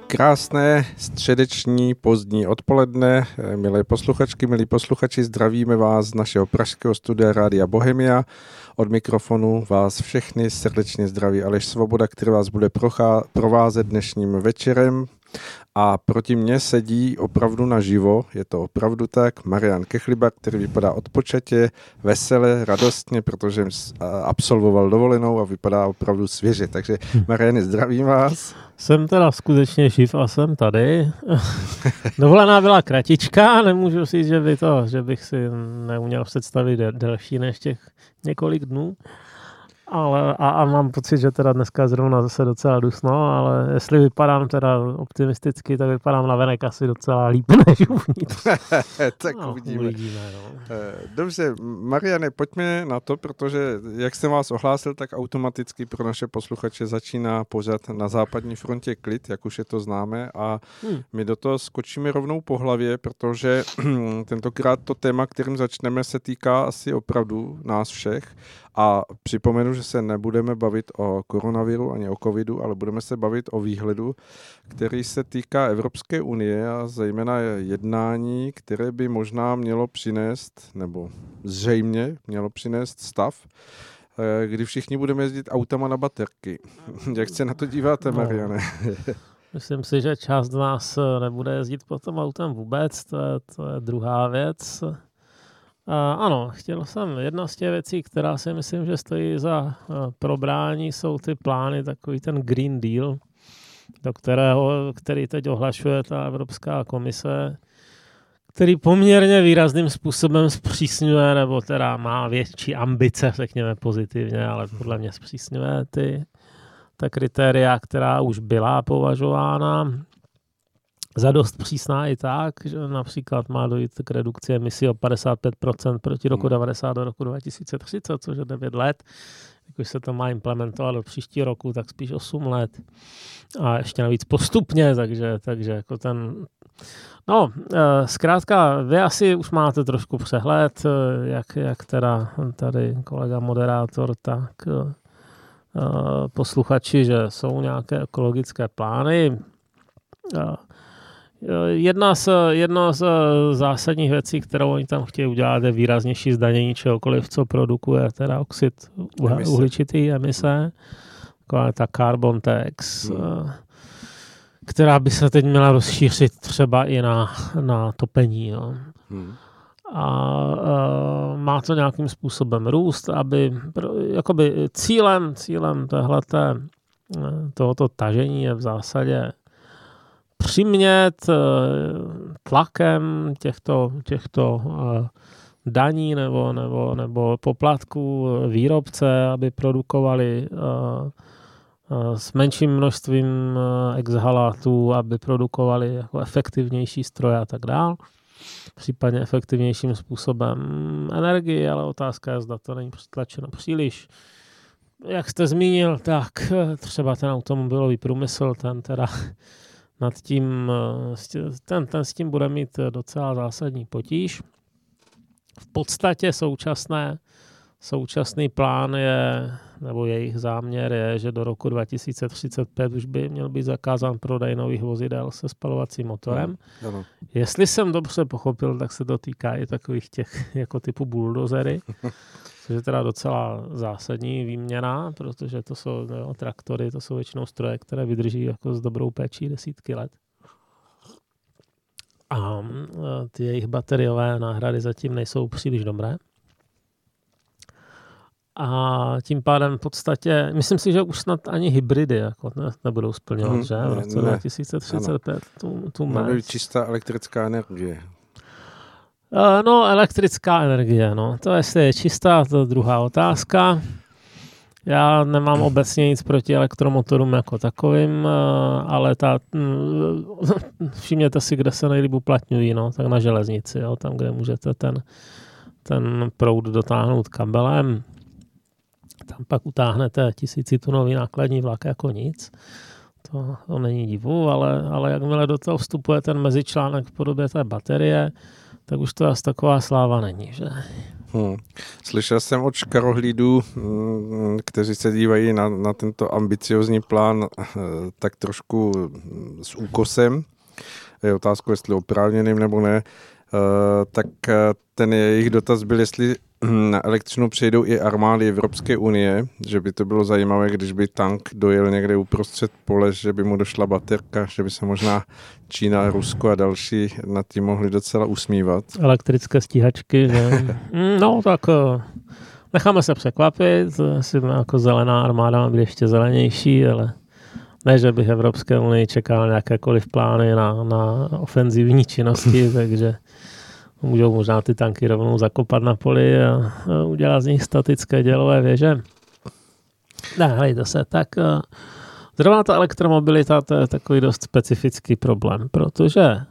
Krásné středeční pozdní odpoledne, milé posluchačky, milí posluchači, zdravíme vás z našeho pražského studia Rádia Bohemia. Od mikrofonu vás všechny srdečně zdraví Aleš Svoboda, který vás bude provázet dnešním večerem. A proti mně sedí opravdu naživo, je to opravdu tak, Marian Kechliba, který vypadá odpočatě, vesele, radostně, protože absolvoval dovolenou a vypadá opravdu svěže. Takže Mariane, zdravím vás. Jsem teda skutečně živ a jsem tady. Dovolená byla kratička, nemůžu říct, že bych si neuměl představit delší než těch několik dnů. Ale, a mám pocit, že teda dneska zrovna zase docela dusno, ale jestli vypadám teda optimisticky, tak vypadám navenek asi docela líp než uvnitř. Tak uvidíme. No. Dobře, Mariane, pojďme na to, protože jak jsem vás ohlásil, tak automaticky pro naše posluchače začíná pořad Na západní frontě klid, jak už je to známe, a my do toho skočíme rovnou po hlavě, protože tentokrát to téma, kterým začneme, se týká asi opravdu nás všech. A připomenu, že se nebudeme bavit o koronaviru ani o covidu, ale budeme se bavit o výhledu, který se týká Evropské unie a zejména jednání, které by možná mělo přinést, nebo zřejmě mělo přinést stav, kdy všichni budeme jezdit autama na baterky. Jak se na to díváte, Mariane? Myslím si, že část z nás nebude jezdit potom autem vůbec, to je druhá věc. Ano, chtěl jsem, jedna z těch věcí, která si myslím, že stojí za probrání, jsou ty plány, takový ten Green Deal, který teď ohlašuje ta Evropská komise, který poměrně výrazným způsobem zpřísňuje, nebo teda má větší ambice, řekněme pozitivně, ale podle mě zpřísňuje ta kritéria, která už byla považována za dost přísná i tak, že například má dojít k redukci emisí o 55% proti roku 90 do roku 2030, což je 9 let. Když se to má implementovat do příští roku, tak spíš 8 let. A ještě navíc postupně, takže jako ten... No, zkrátka, vy asi už máte trošku přehled, jak teda tady kolega moderátor, tak posluchači, že jsou nějaké ekologické plány. Jedna z zásadních věcí, kterou oni tam chtějí udělat, je výraznější zdanění čehokoliv, co produkuje teda oxid uhličitý emise, taková ta carbon tax, která by se teď měla rozšířit třeba i na topení. No. A má to nějakým způsobem růst, aby jakoby cílem tohoto tažení je v zásadě přimět tlakem těchto daní nebo poplatků výrobce, aby produkovali s menším množstvím exhalátů, aby produkovali jako efektivnější stroje a tak dále. Případně efektivnějším způsobem energii, ale otázka je, zda to není přitlačeno příliš. Jak jste zmínil, tak třeba ten automobilový průmysl, ten teda nad tím, ten s tím bude mít docela zásadní potíž. V podstatě současný plán je, nebo jejich záměr je, že do roku 2035 už by měl být zakázán prodej nových vozidel se spalovacím motorem. Ano. Jestli jsem dobře pochopil, tak se to týká i takových těch jako typu buldozery, což je teda docela zásadní výměna, protože to jsou traktory, to jsou většinou stroje, které vydrží jako s dobrou péčí desítky let. A ty jejich bateriové náhrady zatím nejsou příliš dobré. A tím pádem v podstatě, myslím si, že už snad ani hybridy jako nebudou splňovat, že? V roce 2035 tu má čistá elektrická energie. No, elektrická energie, no. To jestli je čistá, to je druhá otázka. Já nemám obecně nic proti elektromotorům jako takovým, ale všimněte si, kde se nejlíp uplatňují, no, tak na železnici, jo, tam, kde můžete ten proud dotáhnout kabelem. Tam pak utáhnete 1000tunový nákladní vlak jako nic. To není divu, ale jakmile do toho vstupuje ten mezičlánek v podobě té baterie, tak už to asi taková sláva není, že? Slyšel jsem od škarohlídů, kteří se dívají na tento ambiciozní plán tak trošku s úkosem. Je otázka, jestli oprávněným nebo ne. Tak ten jejich dotaz byl, jestli na elektřinu přejdou i armády Evropské unie, že by to bylo zajímavé, když by tank dojel někde uprostřed pole, že by mu došla baterka, že by se možná Čína, Rusko a další nad tím mohli docela usmívat. Elektrické stíhačky, že? No tak necháme se překvapit, asi jako zelená armáda má být ještě zelenější, ale ne, že bych Evropské unii čekal nějakékoliv plány na ofenzivní činnosti, takže můžou možná ty tanky rovnou zakopat na poli a udělat z nich statické dělové věže. Ne, hejte se, tak zrovna ta elektromobilita, to je takový dost specifický problém, protože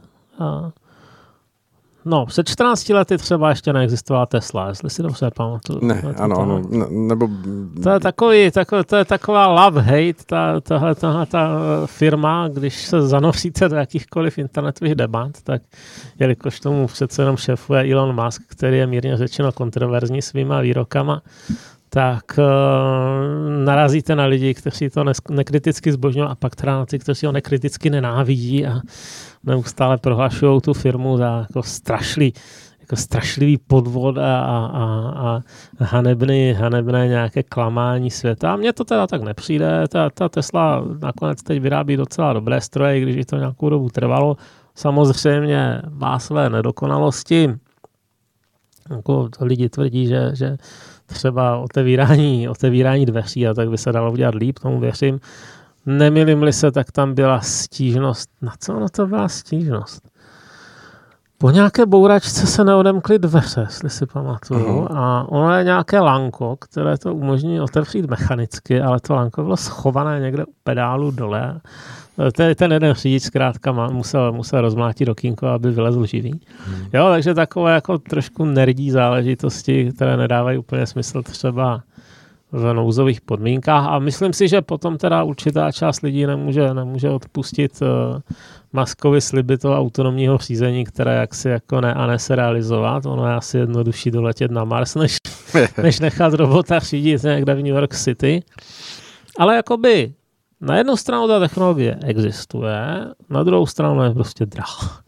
před 14 lety třeba ještě neexistovala Tesla, jestli si dobře pamatuju. Ne, ano, nebo... To je taková love-hate, ta firma, když se zanoříte do jakýchkoliv internetových debat, tak jelikož tomu přece jenom šéfuje Elon Musk, který je mírně řečeno kontroverzní svýma výrokama, tak narazíte na lidi, kteří to nekriticky zbožňují a pak teda na ty, kteří ho nekriticky nenávidí a neustále prohlašují tu firmu za jako strašlivý podvod a hanebné nějaké klamání světa. A mně to teda tak nepřijde. Ta Tesla nakonec teď vyrábí docela dobré stroje, i když to nějakou dobu trvalo. Samozřejmě má své nedokonalosti. Jako lidi tvrdí, že třeba otevírání dveří a tak by se dalo udělat líp, tomu věřím. Nemilím-li se, tak tam byla stížnost. Na co ono to byla stížnost? Po nějaké bouračce se neodemkly dveře, jestli si pamatuju. A ono je nějaké lanko, které to umožní otevřít mechanicky, ale to lanko bylo schované někde u pedálu dole. Ten jeden řidič zkrátka musel rozmlátit okýnko, aby vylezl živý. Jo, takže takové jako trošku nerdí záležitosti, které nedávají úplně smysl třeba v nouzových podmínkách. A myslím si, že potom teda určitá část lidí nemůže odpustit Muskovi sliby toho autonomního řízení, které jaksi jako se realizovat. Ono je asi jednodušší doletět na Mars, než nechat robota řídit někde v New York City. Ale jakoby na jednu stranu ta technologie existuje, na druhou stranu je prostě drahá.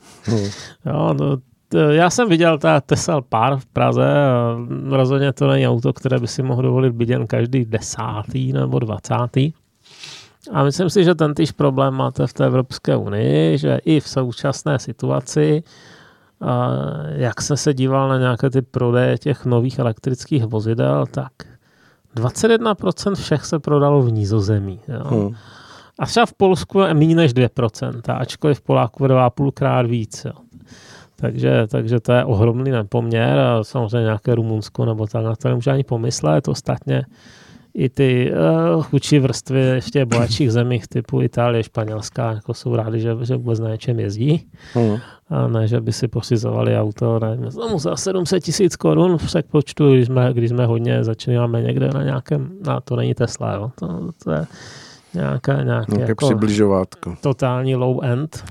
Já jsem viděl ta Tesla Pár v Praze, rozhodně to není auto, které by si mohl dovolit být jen každý 10. nebo 20. A myslím si, že tentýž problém máte v té Evropské unii, že i v současné situaci, jak jsem se díval na nějaké ty prodeje těch nových elektrických vozidel, tak 21% všech se prodalo v Nizozemí. Jo. A třeba v Polsku je méně než 2%, ačkoliv Poláků 2,5krát víc. Jo. Takže to je ohromný nepoměr a samozřejmě nějaké Rumunsko nebo tak na to nemůže ani pomyslet. Ostatně i ty chudší vrstvy ještě bohatších zemích typu Itálie, Španělská jako jsou rádi, že vůbec na něčem jezdí. A ne, že by si pořizovali auto za 700 000 korun v přepočtu, když jsme hodně začínáme někde na nějakém, to není Tesla, jo. To je nějaké jako přibližovátko. Totální low end.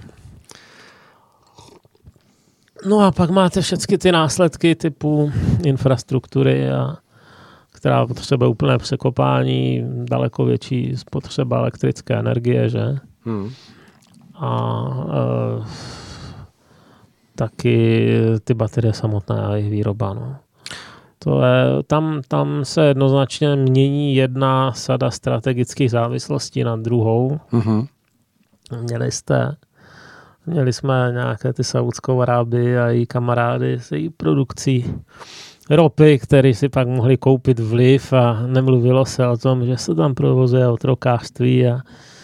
No a pak máte všechny ty následky typu infrastruktury, která potřebuje úplné překopání, daleko větší spotřeba elektrické energie, že? Taky ty baterie samotné a jejich výroba, no. Tam se jednoznačně mění jedna sada strategických závislostí na druhou. Měli jsme nějaké ty Saudskou Arábii a její kamarády s její produkcí ropy, který si pak mohli koupit vliv a nemluvilo se o tom, že se tam provozuje otrokářství a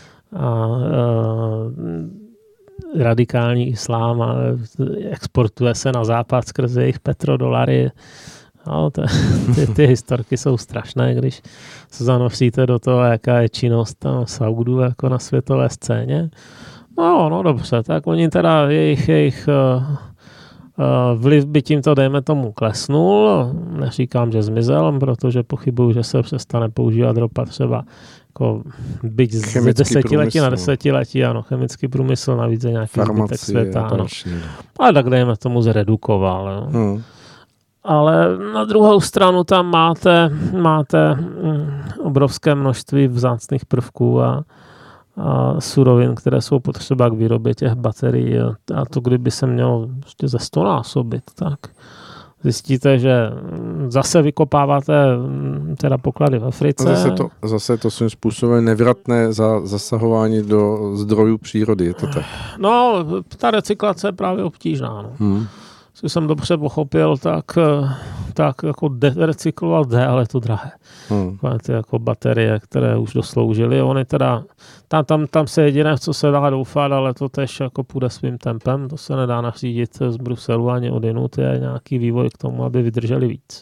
radikální islám a exportuje se na západ skrze jejich petrodolary. No, ty historky jsou strašné, když se zanoříte do toho, jaká je činnost tam Saudů jako na světové scéně. No dobře, tak oni teda jejich vliv by tímto, dejme tomu, klesnul. Neříkám, že zmizel, protože pochybuju, že se přestane používat ropa třeba jako byť z desetiletí na desetiletí, ano, chemický průmysl, navíc je nějaký zbytek světa, ano. Ale tak dejme tomu zredukoval. Ale na druhou stranu tam máte obrovské množství vzácných prvků a surovin, které jsou potřeba k výrobě těch baterií. A to, kdyby se mělo ještě ze 100násobit, tak zjistíte, že zase vykopáváte teda poklady v Africe. Zase je to svým způsobem nevratné zasahování do zdrojů přírody, je to tak? No, ta recyklace je právě obtížná. No. Co jsem dobře pochopil, tak jako recyklovat jde, ale je to drahé. Ty jako baterie, které už dosloužily, oni teda, tam se jediné, co se dá doufat, ale to tež jako půjde svým tempem, to se nedá nařídit z Bruselu ani odinut, je nějaký vývoj k tomu, aby vydrželi víc.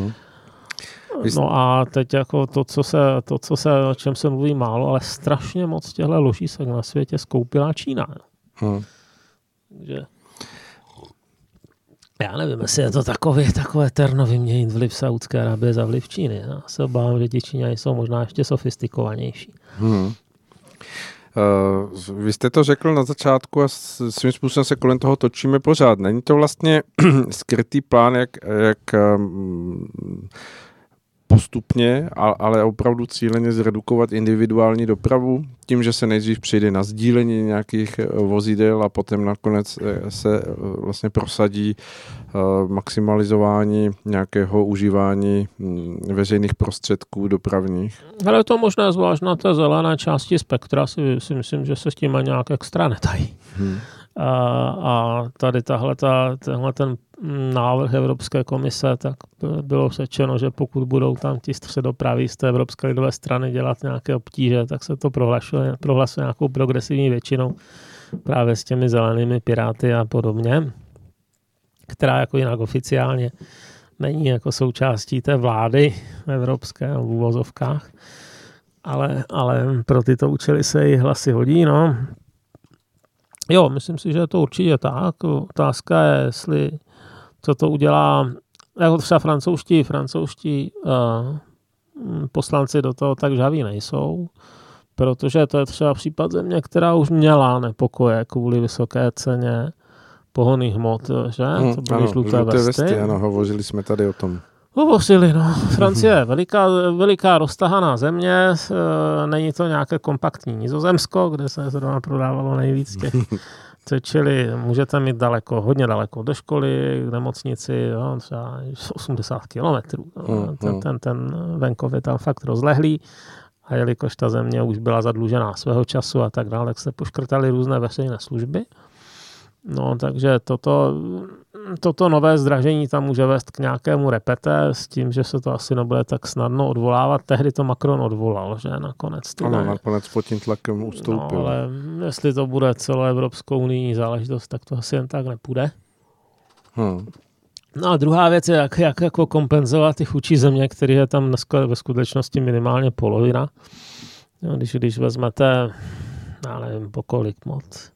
No a teď jako to, o čem se mluví málo, ale strašně moc těchto ložísek na světě skoupila Čína. Takže já nevím, jestli je to takové terno vyměnit vliv Saúdské Arábie za vliv Číny. Já se obávám, že ti Číňani jsou možná ještě sofistikovanější. Vy jste to řekl na začátku a svým způsobem se kolem toho točíme pořád. Není to vlastně skrytý plán, jak postupně, ale opravdu cíleně zredukovat individuální dopravu tím, že se nejdřív přijde na sdílení nějakých vozidel a potom nakonec se vlastně prosadí maximalizování nějakého užívání veřejných prostředků dopravních. Ale to možná zvlášť na té zelené části spektra si myslím, že se s tím nějak extra netají. A tady tenhle ten návrh Evropské komise, tak bylo řečeno, že pokud budou tam ti středopraví z té Evropské lidové strany dělat nějaké obtíže, tak se to prohlasuje nějakou progresivní většinou právě s těmi zelenými piráty a podobně, která jako jinak oficiálně není jako součástí té vlády evropské v úvozovkách, ale pro tyto účely se její hlasy hodí, no. Jo, myslím si, že je to určitě tak. Otázka je, jestli co to udělá, jako třeba francouzští poslanci do toho tak žhaví nejsou, protože to je třeba případ země, která už měla nepokoje kvůli vysoké ceně pohonných hmot, že? To byly žluté vesty. Ano, hovořili jsme tady o tom. Hovořili, no. Francie je veliká roztahaná země, není to nějaké kompaktní Nizozemsko, kde se zrovna prodávalo nejvíc těch. Čili můžete mít hodně daleko do školy, k nemocnici, jo, třeba 80 kilometrů. Ten venkov je tam fakt rozlehlý a jelikož ta země už byla zadlužená svého času a tak dále, tak se poškrtaly různé veřejné služby. No, takže toto nové zdražení tam může vést k nějakému repete s tím, že se to asi nebude tak snadno odvolávat. Tehdy to Macron odvolal, že nakonec. Ano, nakonec pod tím tlakem ustoupil. No, ale jestli to bude celoevropskou unijní záležitost, tak to asi jen tak nepůjde. No a druhá věc je, jak jako kompenzovat ty chudší země, které je tam dneska ve skutečnosti minimálně polovina. No, když vezmete, já nevím, po kolik moc,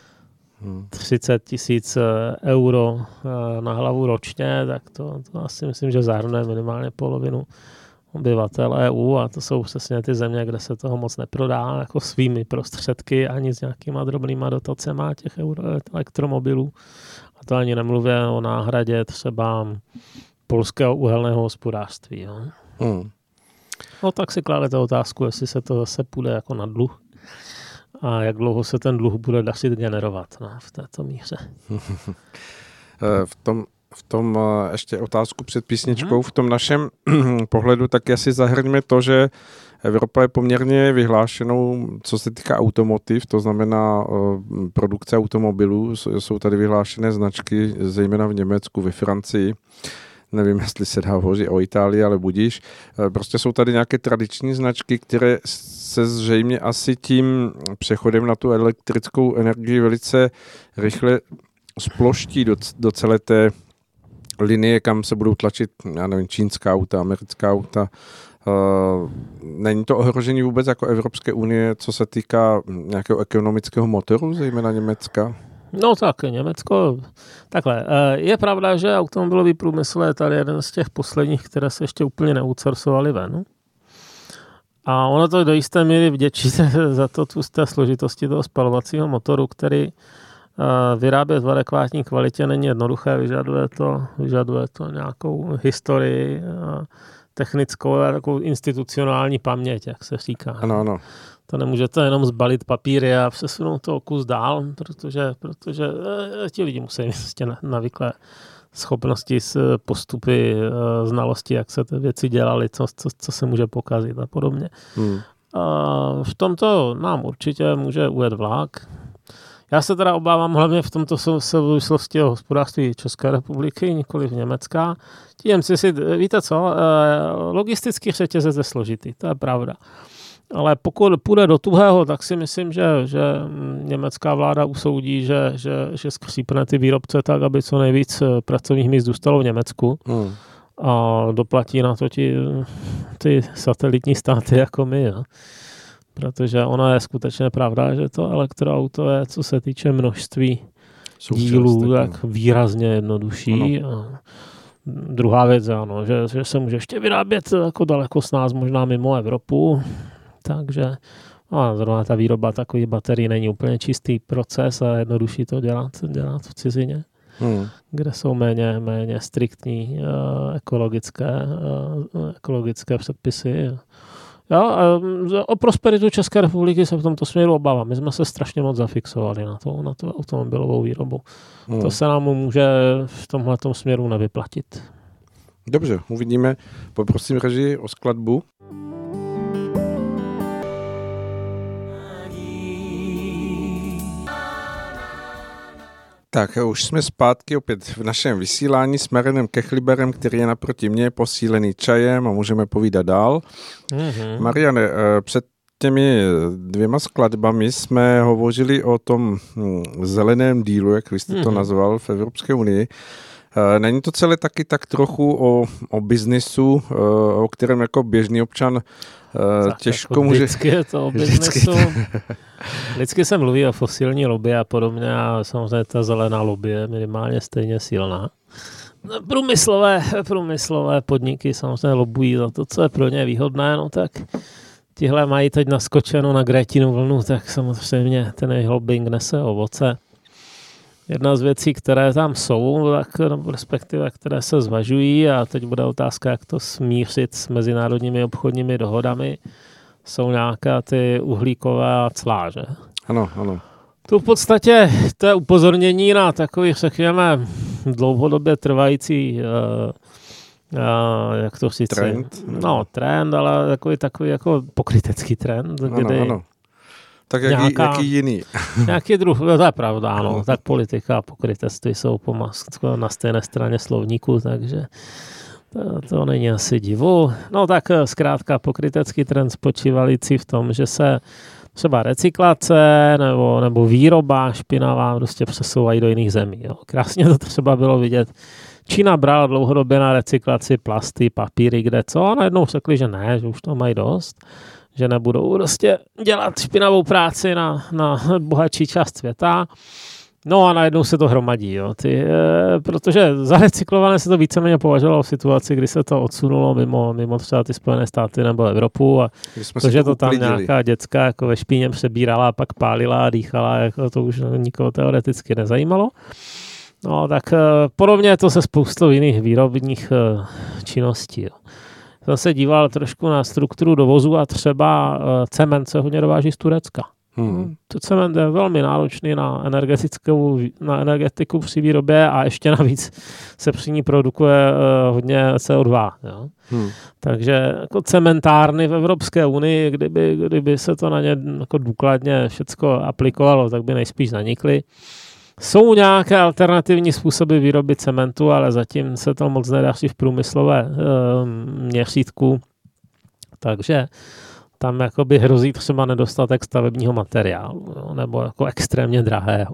30 000 euro na hlavu ročně, tak to asi myslím, že zahrnuje minimálně polovinu obyvatel EU a to jsou přesně ty země, kde se toho moc neprodá jako svými prostředky ani s nějakýma drobnýma dotacema těch elektromobilů. A to ani nemluvě o náhradě třeba polského uhelného hospodářství. Jo. No tak si kladete otázku, jestli se to zase půjde jako na dluh. A jak dlouho se ten dluh bude dařit generovat v této míře? V tom ještě otázku před písničkou. V tom našem pohledu tak asi zahrňme to, že Evropa je poměrně vyhlášenou, co se týká automotiv, to znamená produkce automobilů. Jsou tady vyhlášené značky, zejména v Německu, ve Francii. Nevím, jestli se dá hovořit o Itálii, ale budíš. Prostě jsou tady nějaké tradiční značky, které se zřejmě asi tím přechodem na tu elektrickou energii velice rychle sploští do celé té linie, kam se budou tlačit, já nevím, čínská auta, americká auta. Není to ohrožení vůbec jako Evropské unie, co se týká nějakého ekonomického motoru, zejména Německa? No tak, Německo, takhle. Je pravda, že automobilový průmysl je tady jeden z těch posledních, které se ještě úplně neoutsourcovaly ven. A ono to do jisté míry vděčí za to té složitosti toho spalovacího motoru, který vyrábět v adekvátní kvalitě není jednoduché, vyžaduje to nějakou historii, technickou a takovou institucionální paměť, jak se říká. Ano. To nemůžete jenom zbalit papíry a přesunout to kus dál, protože ti lidi musí mít navyklé schopnosti, postupy, znalosti, jak se ty věci dělaly, co se může pokazit a podobně. V tomto nám určitě může ujet vlak. Já se teda obávám hlavně v tomto souvislosti o hospodářství České republiky, nikoliv Německa. Ti Němci si, víte co, logistický řetězec je složitý, to je pravda. Ale pokud půjde do tuhého, tak si myslím, že německá vláda usoudí, že skřípne ty výrobce tak, aby co nejvíc pracovních míst zůstalo v Německu. A doplatí na to ty satelitní státy jako my. Jo. Protože ono je skutečně pravda, že to elektroauto je, co se týče množství dílů, tak výrazně jednodušší. Druhá věc je, že se může ještě vyrábět jako daleko s nás, možná mimo Evropu. Takže zrovna ta výroba takových baterií není úplně čistý proces a jednodušší to dělat v cizině, kde jsou méně striktní ekologické předpisy. O prosperitu České republiky se v tomto směru obávám. My jsme se strašně moc zafixovali na tu automobilovou výrobu. To se nám může v tomhletom směru nevyplatit. Dobře, uvidíme. Poprosím režii o skladbu. Tak už jsme zpátky opět v našem vysílání s Marianem Kechliberem, který je naproti mě, posílený čajem a můžeme povídat dál. Mariane, před těmi 2 skladbami jsme hovořili o tom zeleném dílu, jak vy jste to nazval, v Evropské unii. Není to celé taky tak trochu o biznisu, o kterém jako běžný občan těžko jako může... Vždycky je to o biznesu. Vždycky se mluví o fosilní lobby a podobně a samozřejmě ta zelená lobby je minimálně stejně silná. Průmyslové podniky samozřejmě lobují za to, co je pro ně výhodné, no tak tihle mají teď naskočeno na Gretinu vlnu, tak samozřejmě ten jejich lobbying nese ovoce. Jedna z věcí, které tam jsou, tak respektive které se zvažují, a teď bude otázka, jak to smířit s mezinárodními obchodními dohodami, jsou nějaká ty uhlíkové clá, že? Ano. Tu v podstatě to je upozornění na takový, řekněme, dlouhodobě trvající jak to říct? Trend? Trend, ale takový jako pokrytecký trend, Ano. Tak jaký jiný? Nějaký druh, to je pravda, ano. Tak politika a pokrytectví jsou na stejné straně slovníku, takže to není asi divu. No tak zkrátka pokrytecký trend spočívající v tom, že se třeba recyklace nebo výroba špinavá prostě přesouvají do jiných zemí. Jo. Krásně to třeba bylo vidět. Čína brala dlouhodobě na recyklaci plasty, papíry, kde co, a najednou řekli, že ne, že už to mají dost, že nebudou prostě dělat špinavou práci na bohatší část světa. No a najednou se to hromadí, jo. Protože za recyklované se to víceméně považovalo v situaci, kdy se to odsunulo mimo třeba ty Spojené státy nebo Evropu, a protože to tam nějaká děcka jako ve špíně přebírala a pak pálila a dýchala, jako to už nikoho teoreticky nezajímalo. No tak podobně to se spoustou jiných výrobních činností, jo. Jsem se díval trošku na strukturu dovozu a třeba cement se hodně dováží z Turecka. To cement je velmi náročný na energetiku při výrobě a ještě navíc se při ní produkuje hodně CO2. Jo? Takže jako cementárny v Evropské unii, kdyby se to na ně jako důkladně všecko aplikovalo, tak by nejspíš zanikly. Jsou nějaké alternativní způsoby výroby cementu, ale zatím se to moc nedaří v průmyslové měřítku. Takže tam jakoby hrozí třeba nedostatek stavebního materiálu, jo, nebo jako extrémně drahého.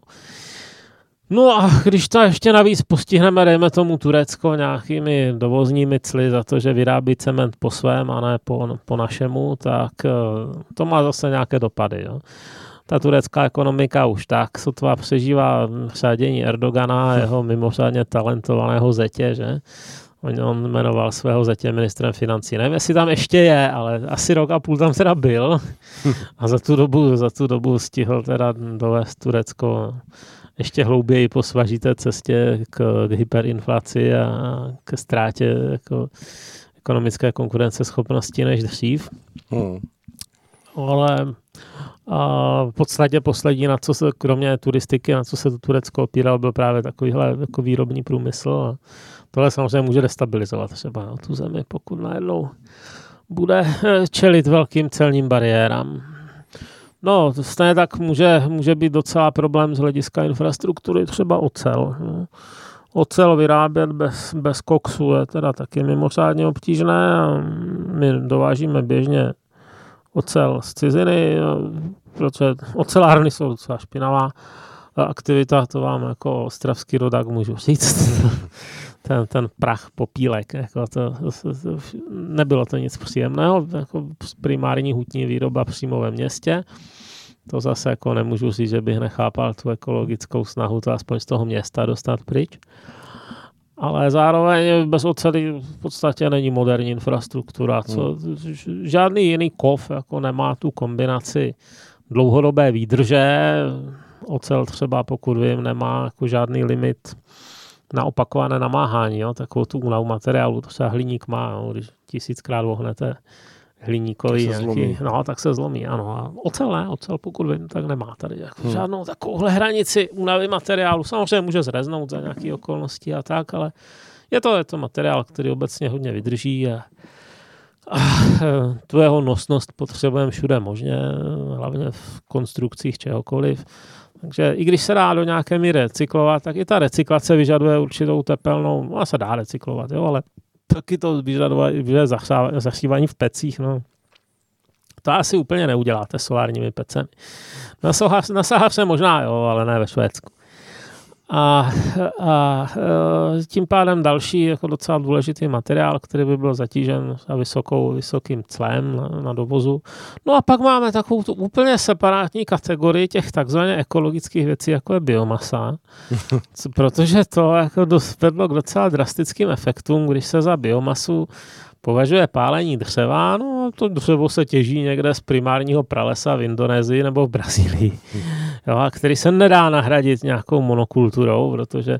No a když to ještě navíc postihneme, dejme tomu Turecko nějakými dovozními cly za to, že vyrábí cement po svém a ne po našemu, tak to má zase nějaké dopady. Jo. Ta turecká ekonomika už tak sotva přežívá řádění Erdogana a jeho mimořádně talentovaného zetě, že? On jmenoval svého zetě ministrem financí. Nevím, jestli tam ještě je, ale asi rok a půl tam teda byl. A za tu dobu stihl teda dovést Turecko ještě hlouběji po svažité cestě k hyperinflaci a ke ztrátě jako ekonomické konkurenceschopnosti než dřív. Ale v podstatě poslední, na co se, kromě turistiky, na co se to Turecko opíralo, byl právě takovýhle jako výrobní průmysl. A tohle samozřejmě může destabilizovat třeba tu zemi, pokud najednou bude čelit velkým celním bariérám. No, stejně tak může být docela problém z hlediska infrastruktury, třeba ocel. Ocel vyrábět bez koksu je teda taky mimořádně obtížné a my dovážíme běžně ocel z ciziny, protože ocelárny jsou docela špinavá aktivita, to vám jako ostravský rodak můžu říct. ten prach, popílek, jako nebylo to nic příjemného, jako primární hutní výroba přímo ve městě. To zase jako nemůžu říct, že bych nechápal tu ekologickou snahu to aspoň z toho města dostat pryč. Ale zároveň bez oceli v podstatě není moderní infrastruktura. Žádný jiný kov jako nemá tu kombinaci dlouhodobé výdrže. Ocel třeba, pokud vím, nemá jako žádný limit na opakované namáhání. Jo? Takovou tu únavu materiálu, to třeba hliník má, jo? Když 1000krát vohnete hliníkový nějaký, tak se zlomí, ano. A ocel, pokud vím, tak nemá tady jako žádnou takovouhle hranici únavy materiálu. Samozřejmě může zreznout za nějaké okolnosti a tak, ale je to materiál, který obecně hodně vydrží a tu jeho nosnost potřebujeme všude možně, hlavně v konstrukcích čehokoliv. Takže i když se dá do nějaké míry recyklovat, tak i ta recyklace vyžaduje určitou tepelnou, ona se dá recyklovat, jo, ale taky to vyžaduje zahřívání v pecích, no. To asi úplně neuděláte solárními pecemi. Na Sahaře možná, jo, ale ne ve Švédsku. A tím pádem další jako docela důležitý materiál, který by byl zatížen vysokým clem na dovozu. No a pak máme takovou tu úplně separátní kategorii těch takzvaně ekologických věcí, jako je biomasa. Protože to jako vedlo k docela drastickým efektům, když se za biomasu považuje pálení dřeva, no to dřevo se těží někde z primárního pralesa v Indonésii nebo v Brazílii, jo, který se nedá nahradit nějakou monokulturou, protože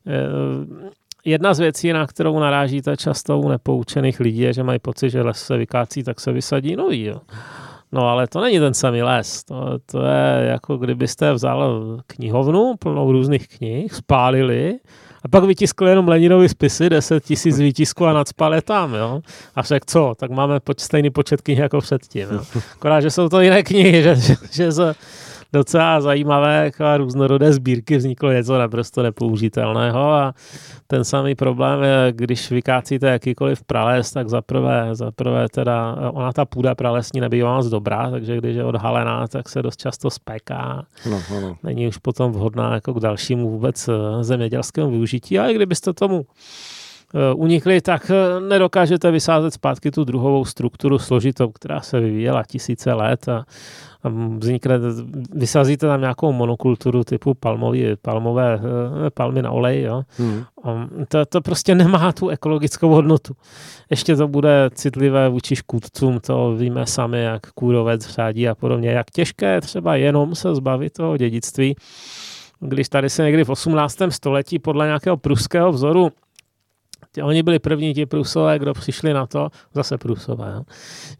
jedna z věcí, na kterou narážíte často u nepoučených lidí, je, že mají pocit, že les se vykácí, tak se vysadí nový. Jo. No ale to není ten samý les. To je jako kdybyste vzal knihovnu plnou různých knih, spálili a pak vytiskli jenom Leninovy spisy, 10 000 výtisků a nacpal je tam, jo. A však co? Tak máme stejný počet knih jako předtím, jo. Akorát, že jsou to jiné knihy, že z docela zajímavé a různorodé sbírky vzniklo něco naprosto nepoužitelného a ten samý problém je, když vykácíte jakýkoliv prales, tak zaprvé teda ona ta půda pralesní nebývá moc dobrá, takže když je odhalená, tak se dost často spéká. No. Není už potom vhodná jako k dalšímu vůbec zemědělskému využití, ale kdybyste tomu unikli, tak nedokážete vysázet zpátky tu druhovou strukturu složitou, která se vyvíjela tisíce let a vysázíte tam nějakou monokulturu typu palmy na olej, jo. To prostě nemá tu ekologickou hodnotu. Ještě to bude citlivé vůči škůdcům, to víme sami, jak kůrovec řádí a podobně, jak těžké třeba jenom se zbavit toho dědictví. Když tady se někdy v 18. století podle nějakého pruského vzoru oni byli první ti Prusové, kdo přišli na to, zase Prusové, jo?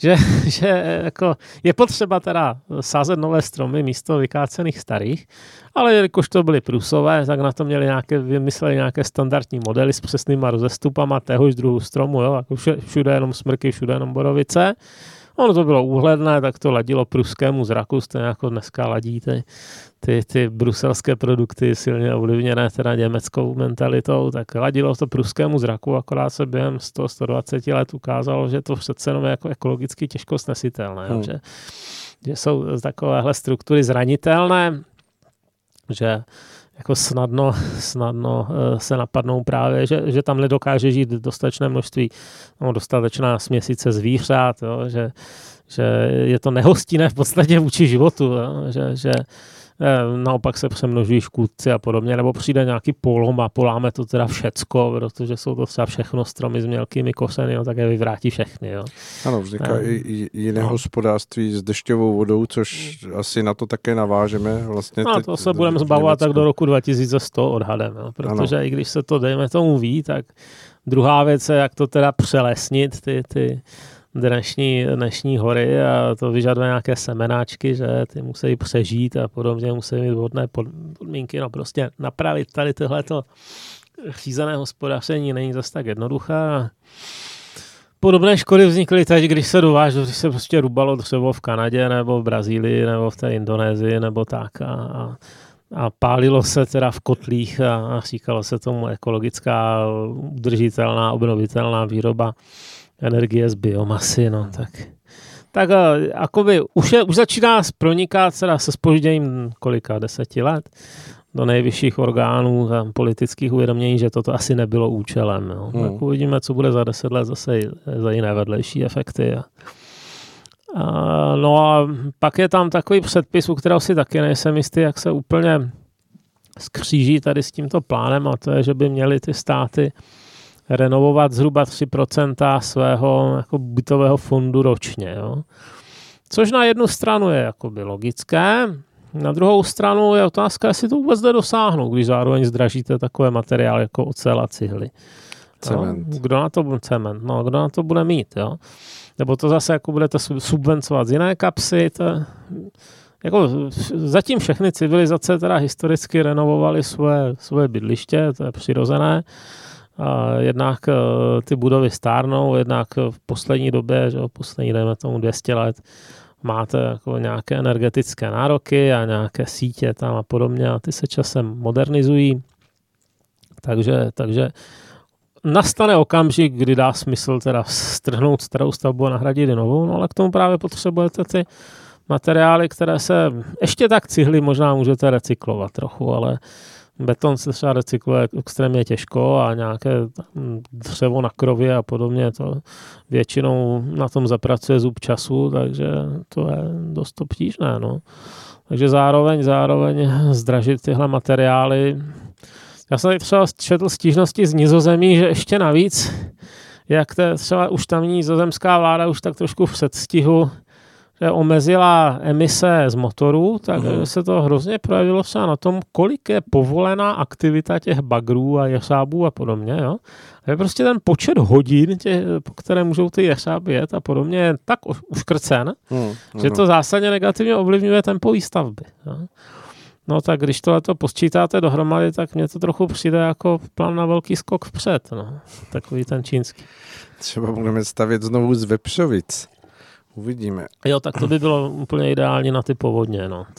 Že jako je potřeba teda sázet nové stromy místo vykácených starých, ale jelikož to byli Prusové, tak na to vymysleli nějaké standardní modely s přesnýma rozestupama téhož druhu stromu, jo? Jako všude jenom smrky, všude jenom borovice. Ono to bylo úhledné, tak to ladilo pruskému zraku, stejně jako dneska ladí ty bruselské produkty silně ovlivněné teda německou mentalitou, tak ladilo to pruskému zraku, akorát se během 100-120 let ukázalo, že to přece jenom je jako ekologicky těžko snesitelné, že jsou takovéhle struktury zranitelné, že jako snadno se napadnou právě, že tam nedokáže žít dostatečné množství, dostatečná směsice zvířat, jo, že je to nehostinné v podstatě vůči životu, jo, že naopak se přemnožují škůdci a podobně, nebo přijde nějaký polom a poláme to teda všecko, protože jsou to třeba všechno stromy s mělkými kořeny, no, tak je vyvrátí všechny. Jo. Ano, vzniká i jiné hospodářství s dešťovou vodou, což asi na to také navážeme. Vlastně no, to se budeme zbavovat tak do roku 2100 odhadem, jo, protože i když se to, dejme tomu, ví, tak druhá věc je, jak to teda přelesnit, ty dnešní hory, a to vyžaduje nějaké semenáčky, že ty musí přežít a podobně, musí mít vhodné podmínky, no prostě napravit tady tohleto řízené hospodaření není zase tak jednoduché. Podobné škody vznikly teď, když se prostě rubalo dřevo v Kanadě nebo v Brazílii nebo v té Indonésii nebo tak a pálilo se teda v kotlích a říkalo se tomu ekologická, udržitelná, obnovitelná výroba energie z biomasy, no tak jakoby už začíná pronikat teda se zpožděním 10 let do nejvyšších orgánů politických uvědomění, že toto asi nebylo účelem. Jo. Tak uvidíme, co bude za 10 let zase za jiné vedlejší efekty. No a pak je tam takový předpis, u kterého si taky nejsem jistý, jak se úplně skříží tady s tímto plánem, a to je, že by měly ty státy renovovat zhruba 3% svého jako bytového fondu ročně. Jo. Což na jednu stranu je jakoby logické, na druhou stranu je otázka, jestli to vůbec jde dosáhnout, když zároveň zdražíte takové materiály jako ocel a cihly. Cement. No, kdo na to bude mít, jo? Nebo to zase jako budete subvencovat z jiné kapsy. Jako zatím všechny civilizace teda historicky renovovaly svoje bydliště, to je přirozené. Jednak ty budovy stárnou, jednak v poslední době, že poslední, dejme tomu 200 let, máte jako nějaké energetické nároky a nějaké sítě tam a podobně a ty se časem modernizují. Takže nastane okamžik, kdy dá smysl teda strhnout starou stavbu a nahradit novou, no ale k tomu právě potřebujete ty materiály, které se ještě tak cihly možná můžete recyklovat trochu, ale beton se třeba recykluje extrémně těžko a nějaké dřevo na krově a podobně, to většinou na tom zapracuje zub času, takže to je dost obtížné. No. Takže zároveň zdražit tyhle materiály. Já jsem třeba četl stížnosti z Nizozemí, že ještě navíc, jak třeba už tamní nizozemská vláda už tak trošku v předstihu, že omezila emise z motorů, tak se to hrozně projevilo třeba na tom, kolik je povolená aktivita těch bagrů a jeřábů a podobně. Jo? A je prostě ten počet hodin, po které můžou ty jeřáby jet a podobně, je tak uškrcen, že to zásadně negativně ovlivňuje tempo výstavby. Jo? No tak když tohleto posčítáte dohromady, tak mně to trochu přijde jako plán na velký skok vpřed. No? Takový ten čínský. Třeba budeme stavět znovu z Vepřovic. Uvidíme. Jo, tak to by bylo úplně ideální na ty povodně. No.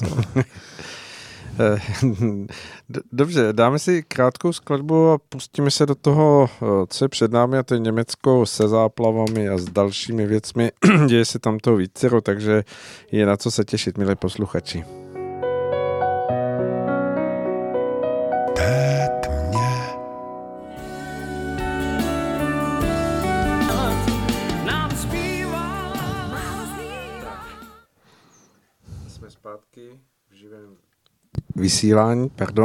Dobře, dáme si krátkou skladbu a pustíme se do toho, co je před námi, a to je Německo se záplavami a s dalšími věcmi. Děje se tam toho vícero, takže je na co se těšit, milí posluchači. Zpátky v živém vysílání,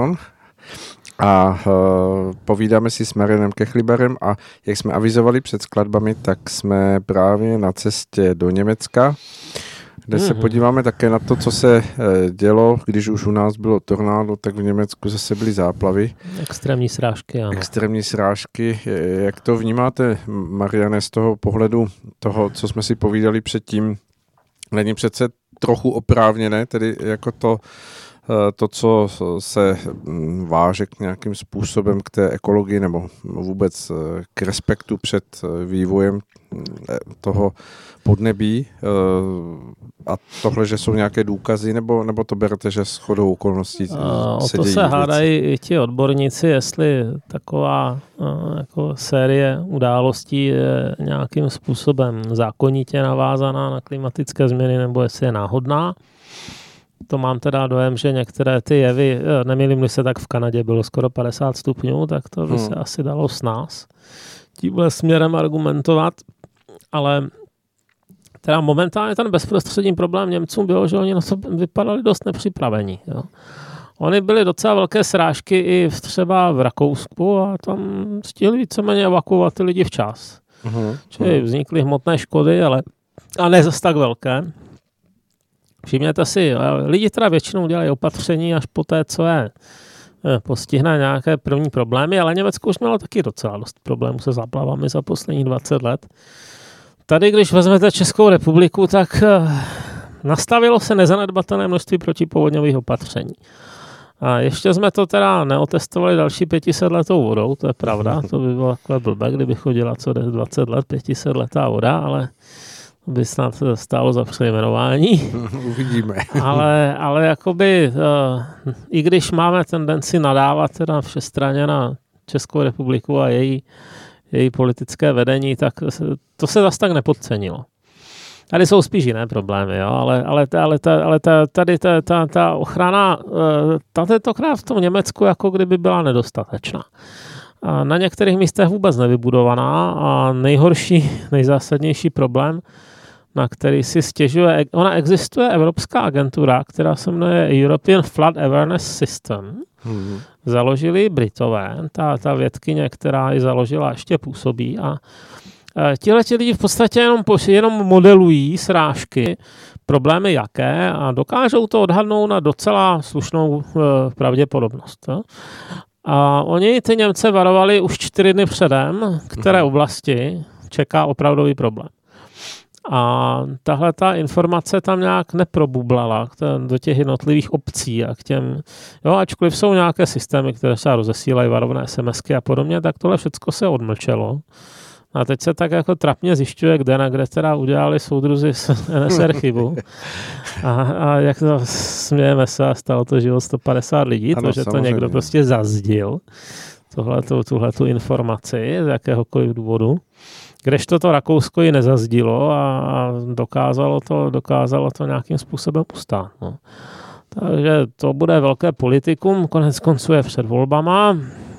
a povídáme si s Marianem Kechliberem a jak jsme avizovali před skladbami, tak jsme právě na cestě do Německa, kde se podíváme také na to, co se dělo, když už u nás bylo tornádo, tak v Německu zase byly záplavy. Extrémní srážky, ano. Extrémní srážky. Jak to vnímáte, Mariane, z toho pohledu toho, co jsme si povídali předtím? Není přece trochu oprávněné, tedy jako to, co se váže k nějakým způsobem k té ekologii nebo vůbec k respektu před vývojem toho podnebí, a tohle, že jsou nějaké důkazy, nebo to berete, že shodou okolností o to se hádají i ti odborníci, jestli taková jako série událostí je nějakým způsobem zákonitě navázaná na klimatické změny, nebo jestli je náhodná. To mám teda dojem, že některé ty jevy, nemýlím se, tak v Kanadě bylo skoro 50 stupňů, tak to by se asi dalo s nás tímhle směrem argumentovat, ale Teda momentálně ten bezprostřední problém Němcům bylo, že oni na to vypadali dost nepřipravení. Jo. Oni byli docela velké srážky i třeba v Rakousku a tam stihli víceméně evakuovat ty lidi včas. Čili vznikly hmotné škody, ale a ne zase tak velké. Všimněte si, lidi teda většinou dělají opatření až po té, co je postihne nějaké první problémy, ale Německo už mělo taky docela dost problémů se záplavami za poslední 20 let. Tady, když vezmete Českou republiku, tak nastavilo se nezanedbatelné množství protipovodňových opatření. A ještě jsme to teda neotestovali další 500 letou vodou, to je pravda, to by bylo takové blbé, kdyby chodila co 20 let 500 letá voda, ale by snad stálo za přejmenování. Uvidíme. ale jakoby, i když máme tendenci nadávat teda všestranně na Českou republiku a její politické vedení, tak to se zase tak nepodcenilo. Tady jsou spíš jiné problémy, jo? ale tady ta ochrana, tentokrát v tom Německu jako kdyby byla nedostatečná. A na některých místech vůbec nevybudovaná a nejzásadnější problém, na který si stěžuje, ona existuje evropská agentura, která se jmenuje European Flood Awareness System. Založili Britové, ta vědkyně, která ji založila, ještě působí a tihleti lidi v podstatě jenom modelují srážky, problémy jaké a dokážou to odhadnout na docela slušnou pravděpodobnost. Jo? A oni ty Němce varovali už 4 dny předem, které oblasti čeká opravdový problém. A tahle ta informace tam nějak neprobublala do těch jednotlivých obcí a k těm, jo, ačkoliv jsou nějaké systémy, které se rozesílají varovné SMSky a podobně, tak tohle všecko se odmlčelo. A teď se tak jako trapně zjišťuje, kde teda udělali soudruzi z NSR chybu. A jak to smějeme se, stalo to život 150 lidí, to, že samozřejmě. To někdo prostě zazdil, tuhletu informaci z jakéhokoliv důvodu. Kdežto to Rakousko ji nezazdilo a dokázalo to nějakým způsobem ustát. No. Takže to bude velké politikum, konec konců je před volbama.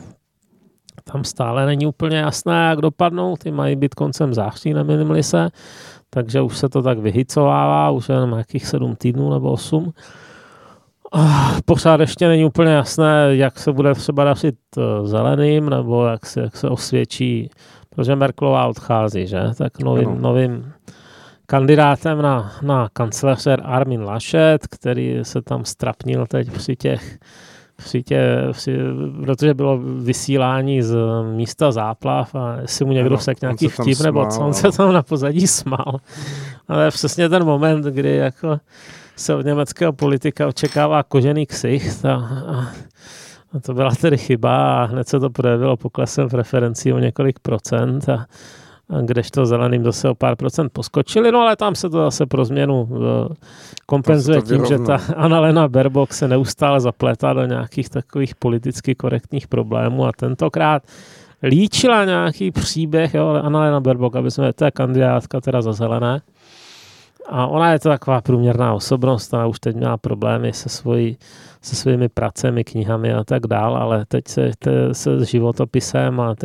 Tam stále není úplně jasné, jak dopadnou, ty mají být koncem září, nemýlím-li se, takže už se to tak vyhycovává, už jenom nějakých 7 týdnů nebo 8. Pořád ještě není úplně jasné, jak se bude třeba dařit zeleným, nebo jak se osvědčí, protože Merkelová odchází, že? Tak novým kandidátem na kancléře Armin Laschet, který se tam strapnil teď protože bylo vysílání z místa záplav a jestli mu někdo řekl nějaký vtip, nebo co, on se tam na pozadí smál. Ale přesně ten moment, kdy jako se od německého politika očekává kožený ksicht a to byla tedy chyba a hned se to projevilo poklesem preferencí o několik procent a kdežto zeleným zase o pár procent poskočili, no ale tam se to zase pro změnu kompenzuje tím, že ta Annalena Baerbock se neustále zaplétá do nějakých takových politicky korektních problémů a tentokrát líčila nějaký příběh, jo, Annalena Baerbock, to je kandidátka teda za zelené a ona je to taková průměrná osobnost a už teď měla problémy se svými pracemi, knihami a tak dál, ale teď se s životopisem a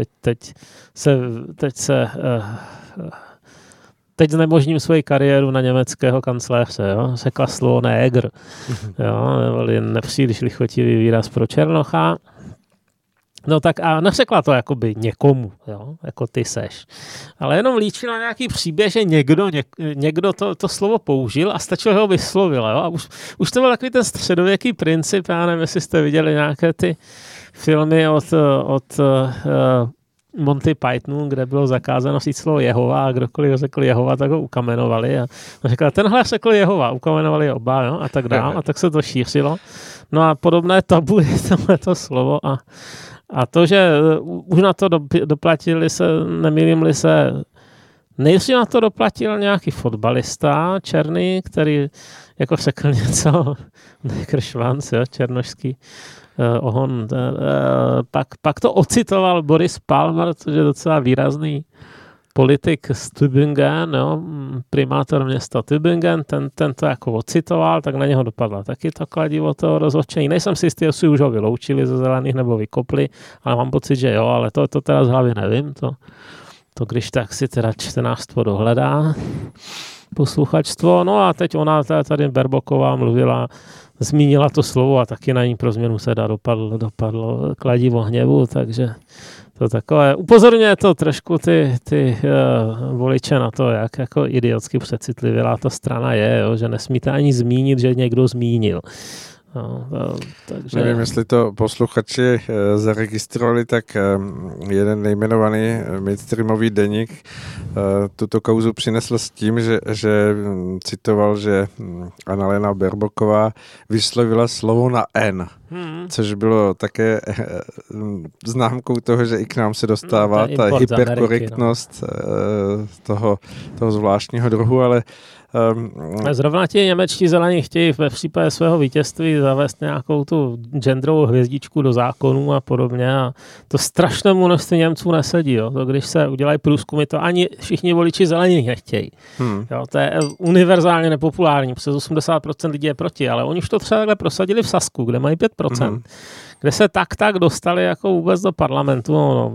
teď znemožním svoji kariéru na německého kancléře, jo? Řekla slovo négr, jo? Nepříliš lichotivý výraz pro Černocha. No tak a neřekla to jakoby někomu, jo? Jako ty seš. Ale jenom líčila nějaký příběh, že někdo to slovo použil a stačilo ho vyslovil. Jo? A už to byl takový ten středověký princip, já nevím, jestli jste viděli nějaké ty filmy od Monty Pythonu, kde bylo zakázáno říct slovo Jehova a kdokoliv řekl Jehova, tak ho ukamenovali. A řekla, tenhle řekl Jehova, ukamenovali oba, jo? A tak dál. A tak se to šířilo. No a podobné tabu je tohleto slovo a to, že už na to doplatili se, nemýlím-li se, nejdřív na to doplatil nějaký fotbalista černý, který jako řekl něco, Neckerschwanz, jo, černošský ohon. Pak to ocitoval Boris Palmer, což je docela výrazný politik z Tübingen, jo, primátor města Tübingen, ten to jako ocitoval, tak na něho dopadla taky to kladivo toho rozhodčení. Nejsem si jistý, jestli už ho vyloučili ze zelených nebo vykopli, ale mám pocit, že jo, ale to teda z hlavy nevím. To když tak si teda čtenářstvo dohledá. posluchačstvo. No a teď ona tady Berboková zmínila to slovo a taky na ní pro změnu se dopadlo kladivo hněvu, takže to takové. Upozorňuje to trošku ty voliče na to, jak jako idiotsky přecitlivělá ta strana je, jo, že nesmíte ani zmínit, že někdo zmínil. No, takže... Nevím, jestli to posluchači zaregistrovali, tak jeden nejmenovaný mainstreamový deník tuto kauzu přinesl s tím, že citoval, že Annalena Baerboková vyslovila slovo na N, což bylo také známkou toho, že i k nám se dostává ta hyperkorektnost toho zvláštního druhu, ale zrovna ti němečtí zelení chtějí v případě svého vítězství zavést nějakou tu genderovou hvězdičku do zákonů a podobně a to strašnému množství Němců nesedí. Jo. To, když se udělají průzkumy, to ani všichni voliči zelení nechtějí. Jo, to je univerzálně nepopulární, přes 80% lidí je proti, ale oni už to třeba takhle prosadili v Sasku, kde mají 5%. Kde se tak dostali jako vůbec do parlamentu,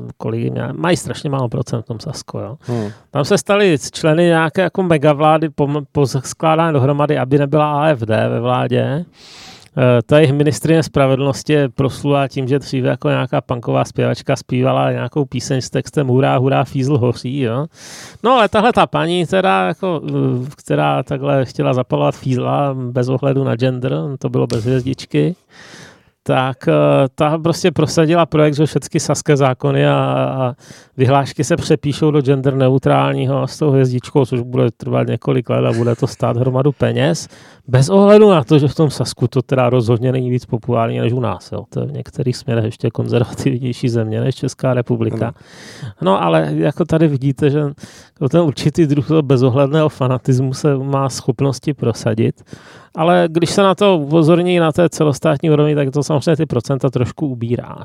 mají strašně málo procent v tom Sasku, jo. Tam se stali členy nějaké jako megavlády po skládání dohromady, aby nebyla AfD ve vládě. Ta jejich ministryně spravedlnosti je proslula tím, že dříve jako nějaká punková zpěvačka zpívala nějakou píseň s textem hurá, hurá, fízl hoří, jo. No ale tahle ta paní teda jako, která takhle chtěla zapalovat fízla bez ohledu na gender, to bylo bez hvězdičky, tak ta prostě prosadila projekt, že všechny saské zákony a vyhlášky se přepíšou do gender neutrálního s tou hvězdičkou, což bude trvat několik let a bude to stát hromadu peněz. Bez ohledu na to, že v tom Sasku to teda rozhodně není víc populární než u nás. Jo. To je v některých směrech ještě konzervativnější země než Česká republika. No ale jako tady vidíte, že ten určitý druh bezohledného fanatismu se má schopnosti prosadit. Ale když se na to upozorní na té celostátní úrovni, tak to samozřejmě ty procenta trošku ubírá.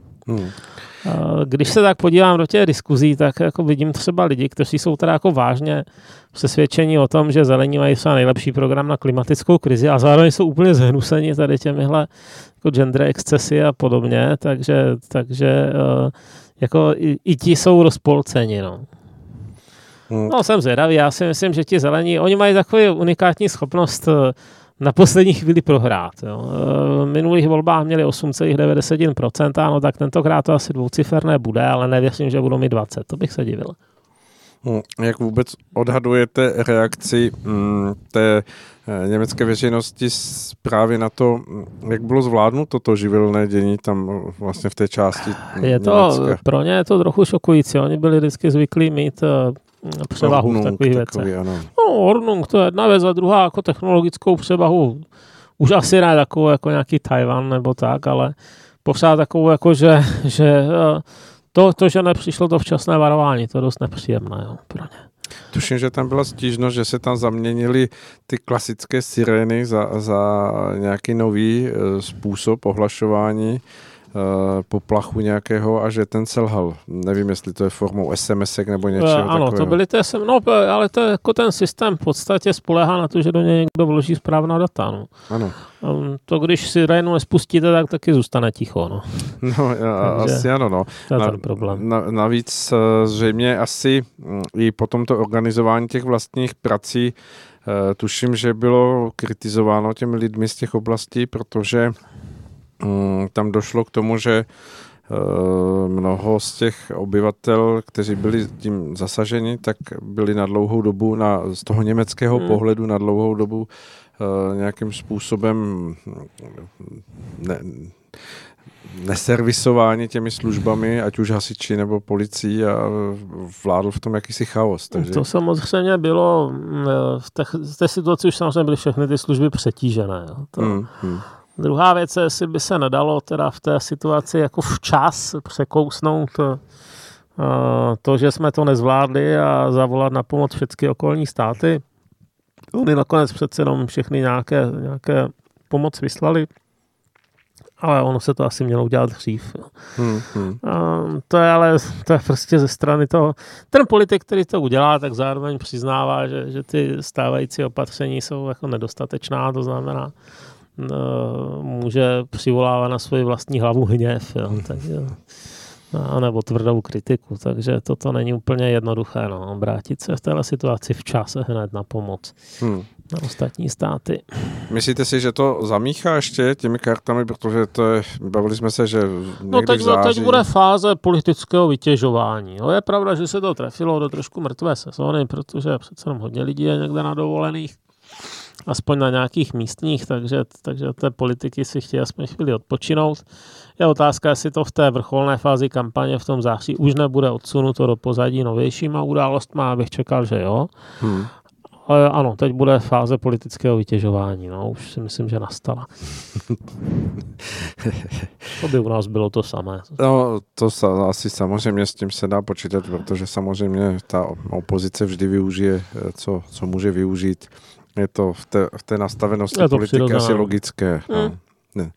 Když se tak podívám do těch diskuzí, tak jako vidím třeba lidi, kteří jsou teda jako vážně přesvědčení o tom, že zelení mají třeba nejlepší program na klimatickou krizi a zároveň jsou úplně zhnuseni tady těmihle jako gender excesy a podobně, takže jako i ti jsou rozpolceni, no. No, jsem zvědavý, já si myslím, že ti zelení, oni mají takovou unikátní schopnost na poslední chvíli prohrát. Jo. V minulých volbách měli 8,91%, no tak tentokrát to asi dvouciferné bude, ale nevěřím, že budou mít 20, to bych se divil. Jak vůbec odhadujete reakci té německé veřejnosti právě na to, jak bylo zvládnuto to živelné dění tam vlastně v té části Německa? Pro ně je to trochu šokující. Oni byli vždycky zvyklí mít převahu v takových věcech. No, Ordnung, to je jedna věc, a druhá jako technologickou převahu. Už asi ne takovou jako nějaký Tajvan nebo tak, ale pořád takovou jako, že to, že nepřišlo to včasné varování, to je dost nepříjemné, jo, pro ně. Tuším, že tam byla stížnost, že se tam zaměnily ty klasické sirény za nějaký nový způsob ohlašování poplachu nějakého a že ten selhal. Nevím, jestli to je formou SMS-ek nebo něčeho takového. Ano, to byly ty SMS, no, ale to je jako ten systém v podstatě spoléhá na to, že do něj někdo vloží správná data. No. Ano. To, když sirénu nespustíte, tak taky zůstane ticho. No, no asi ano. No. To je ten problém. Navíc zřejmě asi i po tomto organizování těch vlastních prací tuším, že bylo kritizováno těmi lidmi z těch oblastí, protože tam došlo k tomu, že mnoho z těch obyvatel, kteří byli tím zasaženi, tak byli na dlouhou dobu, z toho německého pohledu na dlouhou dobu nějakým způsobem neservisováni těmi službami, ať už hasiči nebo policií a vládl v tom jakýsi chaos. Takže... To samozřejmě bylo, v té situaci už samozřejmě byly všechny ty služby přetížené. Druhá věc je, jestli by se nedalo teda v té situaci jako včas překousnout to, že jsme to nezvládli a zavolat na pomoc všechny okolní státy. Oni nakonec přece jenom všechny nějaké pomoc vyslali, ale ono se to asi mělo udělat dřív. To je prostě ze strany toho. Ten politik, který to udělá, tak zároveň přiznává, že ty stávající opatření jsou jako nedostatečná, to znamená, může přivolávat na svoji vlastní hlavu hněv. Jo. nebo tvrdou kritiku, takže toto není úplně jednoduché, no, obrátit se v téhle situaci včas hned na pomoc na ostatní státy. Myslíte si, že to zamíchá ještě těmi kartami, protože bavili jsme se, že někdy v září... Teď bude fáze politického vytěžování. No, je pravda, že se to trefilo do trošku mrtvé sezóny, protože přece jenom hodně lidí je někde na dovolených, aspoň na nějakých místních, takže té politiky si chtějí aspoň chvíli odpočinout. Je otázka, jestli to v té vrcholné fázi kampaně v tom září už nebude odsunuto do pozadí novějšíma událostma, abych čekal, že jo. Ale ano, teď bude fáze politického vytěžování, no, už si myslím, že nastala. To by u nás bylo to samé. No, to asi samozřejmě s tím se dá počítat, protože samozřejmě ta opozice vždy využije, co může využít. Je to v té nastavenosti politiky asi logické. Ne.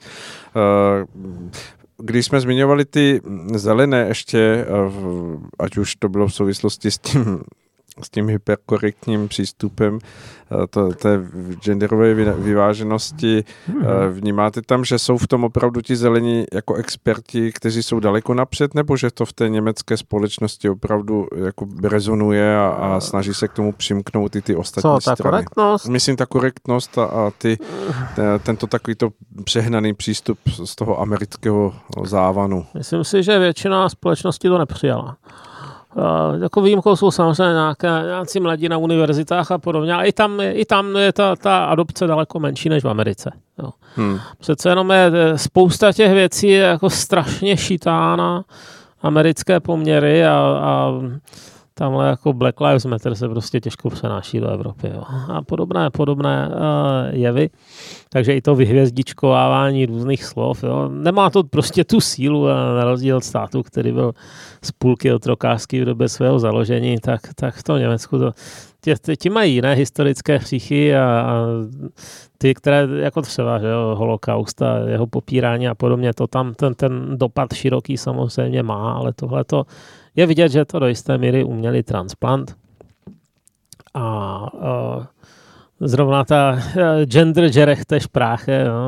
Když jsme zmiňovali ty zelené ještě, ať už to bylo v souvislosti s tím hyperkorektním přístupem té genderové vyváženosti. Vnímáte tam, že jsou v tom opravdu ti zelení jako experti, kteří jsou daleko napřed, nebo že to v té německé společnosti opravdu jako rezonuje a snaží se k tomu přimknout i ty ostatní strany? Korektnost? Myslím, ta korektnost a tento takovýto přehnaný přístup z toho amerického závanu. Myslím si, že většina společnosti to nepřijala. Jako výjimkou jsou samozřejmě nějací mladí na univerzitách a podobně, ale i tam je ta adopce daleko menší než v Americe. Jo. Přece jenom je spousta těch věcí je jako strašně šitá na americké poměry a tamhle jako Black Lives Matter se prostě těžko přenáší do Evropy. Jo. A podobné jevy. Takže i to vyhvězdičkovávání různých slov. Jo. Nemá to prostě tu sílu, na rozdíl od státu, který byl z půlky otrokářský v době svého založení, tak v tom Německu ti mají jiné historické hříchy a ty, které jako třeba že jo, holokaust a jeho popírání a podobně, to tam ten dopad široký samozřejmě má, ale tohleto je vidět, že to do jisté míry umělý transplant. A zrovna ta Gendergerechte Sprache, no,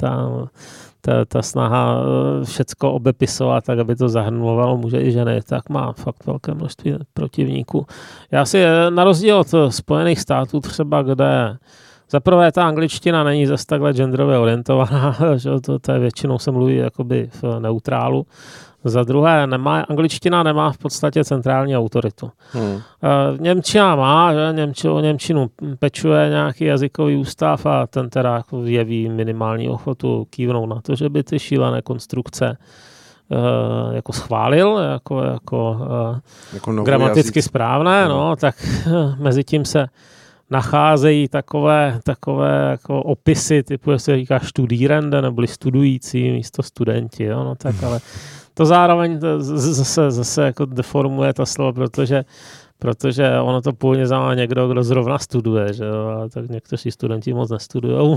ta snaha všecko obepisovat, tak aby to zahrnovalo muže i ženy, tak má fakt velké množství protivníků. Já si na rozdíl od Spojených států třeba, kde zaprvé ta angličtina není zase takhle genderově orientovaná, že to je většinou se mluví jakoby v neutrálu. Za druhé, angličtina nemá v podstatě centrální autoritu. Němčina má, že Němčinu pečuje nějaký jazykový ústav a ten teda jako jeví minimální ochotu kývnout na to, že by ty šílené konstrukce jako schválil, jako gramaticky jazyk správné, no, tak mezi tím se nacházejí takové jako opisy, typu, jak se říká studírende, neboli studující místo studenti, jo, no tak, ale to zároveň zase jako deformuje to slovo, protože ono to původně znamená někdo, kdo zrovna studuje, že jo, a tak někteří studenti moc nestudujou.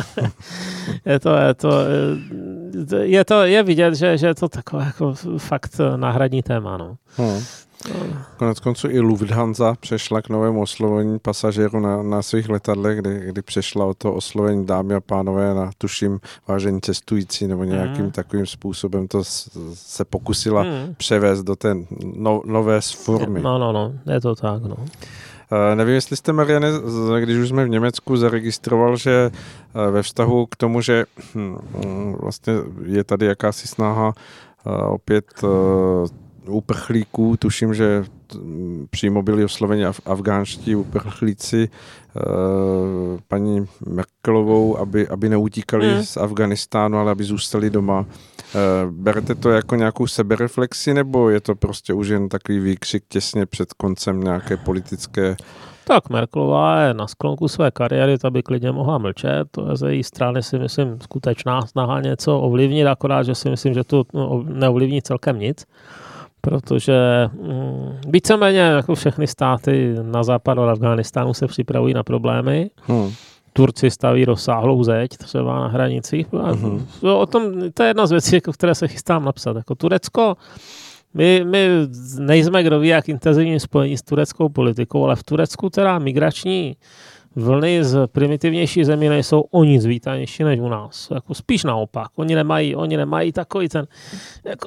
je vidět, že je to takové jako fakt náhradní téma, no. Konec konců i Lufthansa přešla k novému oslovení pasažérů na svých letadlech, kdy přešla o to oslovení dámy a pánové na, tuším, vážení cestující nebo nějakým takovým způsobem to se pokusila převést do té nové formy. No, je to tak, no. Nevím, jestli jste, Mariane, když už jsme v Německu, zaregistroval, že ve vztahu k tomu, že vlastně je tady jakási snaha opět uprchlíků, tuším, že přímo byli osloveni afgánští uprchlíci paní Merkelovou, aby neutíkali z Afghánistánu, ale aby zůstali doma. Berete to jako nějakou sebereflexi, nebo je to prostě už jen takový výkřik těsně před koncem nějaké politické... Tak Merkelová je na sklonku své kariéry, ta by klidně mohla mlčet. To je z její strany, si myslím, skutečná snaha něco ovlivnit, akorát, že si myslím, že to neovlivní celkem nic. Protože víceméně jako všechny státy na západ od Afghánistánu se připravují na problémy. Turci staví rozsáhlou zeď třeba na hranicích. O tom, to je jedna z věcí, jako, které se chystám napsat. Jako Turecko, my nejsme kdo ví, jak intenzivně spojení s tureckou politikou, ale v Turecku teda migrační vlny z primitivnější zemí nejsou o nic vítanější než u nás. Jako spíš naopak. Oni nemají takový ten jako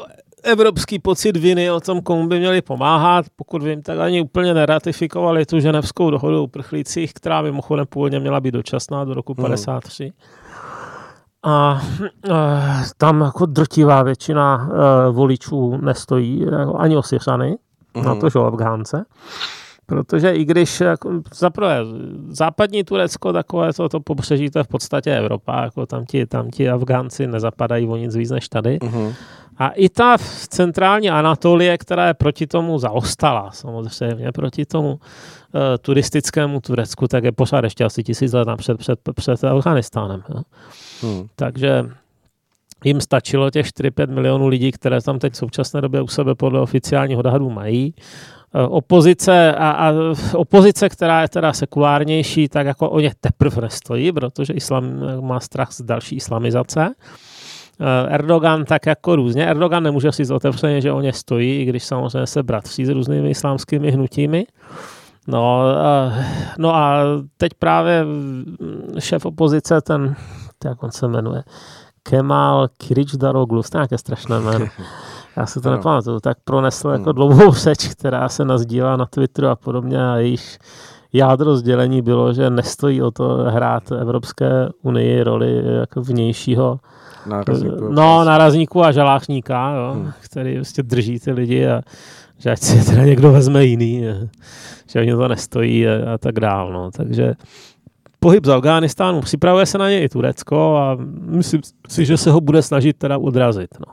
evropský pocit viny o tom, komu by měli pomáhat. Pokud vím, tak ani úplně neratifikovali tu ženevskou dohodu o uprchlících, která mimochodem původně měla být dočasná do roku 53. A tam jako drtivá většina voličů nestojí jako ani o Syřany, na to, že o Afgánce. Protože i když zaprvé západní Turecko, takové to pobřeží, to je v podstatě Evropa, jako tam ti Afgánci nezapadají o nic víc než tady. A i ta centrální Anatolie, která je proti tomu zaostala, samozřejmě proti tomu turistickému Turecku, tak je pořád ještě asi 1000 let před Afghánistánem. Takže jim stačilo těch 4-5 milionů lidí, které tam teď v současné době u sebe podle oficiálních odhadů mají. Opozice, která je teda sekulárnější, tak jako o ně teprve nestojí, protože islám má strach z další islamizace. Erdogan tak jako různě. Erdogan nemůže říct otevřeně, že o ně stojí, i když samozřejmě se bratří s různými islámskými hnutími. No a teď právě šéf opozice, jak on se jmenuje, Kemal Kılıçdaroğlu, to je nějaké strašné jméno. Já si to nepamatuju, tak pronesl jako dlouhou řeč, která se nasdílá na Twitteru a podobně a jejíž jádro sdělení bylo, že nestojí o to hrát Evropské unii roli jako vnějšího nárazníku a žalářníka, který prostě drží ty lidi a že ať si teda někdo vezme jiný, že oni to nestojí a tak dál. No. Takže pohyb z Afghánistánu, připravuje se na něj i Turecko a myslím si, že se ho bude snažit teda odrazit. No.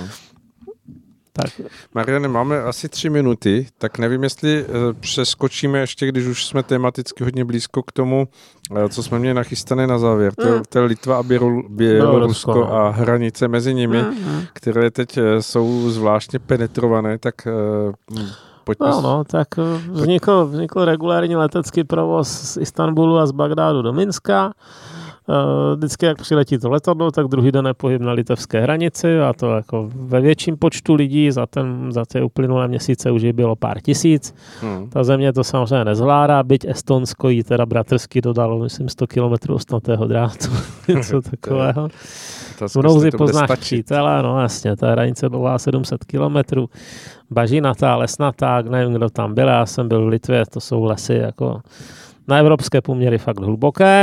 Tak. Mariane, máme asi 3 minuty, tak nevím, jestli přeskočíme ještě, když už jsme tematicky hodně blízko k tomu, co jsme měli nachystané na závěr. To je Litva a Bělorusko a hranice mezi nimi, které teď jsou zvláštně penetrované, tak pojďme. Tak vznikl regulární letecký provoz z Istanbulu a z Bagdádu do Minska. Vždycky, jak přiletí to letadlo, tak druhý den je pohyb na litevské hranici a to jako ve větším počtu lidí. Za ty uplynulé měsíce už bylo pár tisíc. Ta země to samozřejmě nezvládá, byť Estonsko jí teda bratrsky dodalo, myslím, 100 kilometrů ostnatého drátu. Něco takového. V nouzi poznáš přítele, no jasně, ta hranice byla 700 kilometrů. Bažinatá, lesnatá, nevím, kdo tam byl, já jsem byl v Litvě, to jsou lesy jako na evropské poměry fakt hluboké.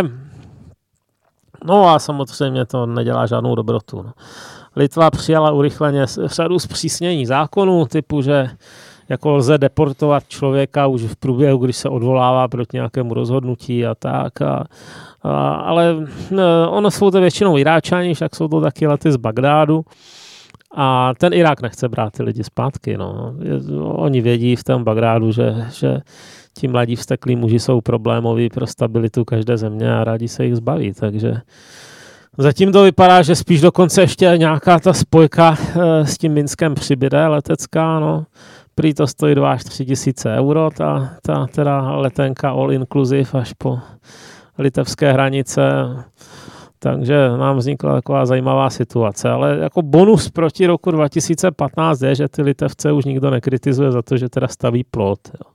No a samozřejmě to nedělá žádnou dobrotu. No. Litva přijala urychleně řadu zpřísnění zákonů, typu, že jako lze deportovat člověka už v průběhu, když se odvolává proti nějakému rozhodnutí a tak. Ale ono jsou to většinou Iráčani, však jsou to taky lety z Bagdádu. A ten Irák nechce brát ty lidi zpátky. No. Oni vědí v tom Bagdádu, že ti mladí vzteklí muži jsou problémoví pro stabilitu každé země a rádi se jich zbaví. Takže zatím to vypadá, že spíš dokonce ještě nějaká ta spojka s tím Minskem přibyde letecká. No. Prý to stojí 2 až 3 tisíce euro, ta teda letenka all inclusive až po litevské hranice. Takže nám vznikla taková zajímavá situace. Ale jako bonus proti roku 2015 je, že ty Litevce už nikdo nekritizuje za to, že teda staví plot. Jo.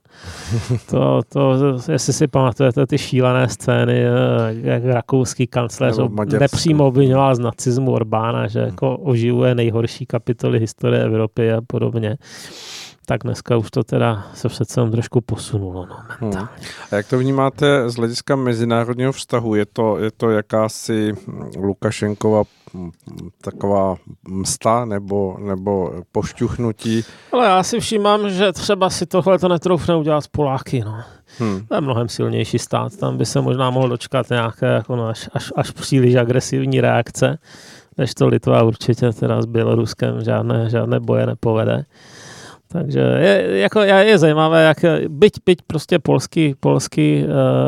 To, jestli si pamatujete ty šílené scény, jak rakouský kancléř nepřímo obvinoval z nacismu Orbána, že jako oživuje nejhorší kapitoly historie Evropy a podobně. Tak dneska už to teda se přece trošku posunulo. No, A jak to vnímáte z hlediska mezinárodního vztahu? Je to jakási Lukašenkova taková msta nebo pošťuchnutí? Ale já si všímám, že třeba si tohle to netroufne udělat z Poláky. No. To je mnohem silnější stát. Tam by se možná mohl dočkat nějaké jako až příliš agresivní reakce, než to Litva určitě teda s Běloruskem žádné boje nepovede. Takže je zajímavé, jak byť prostě polský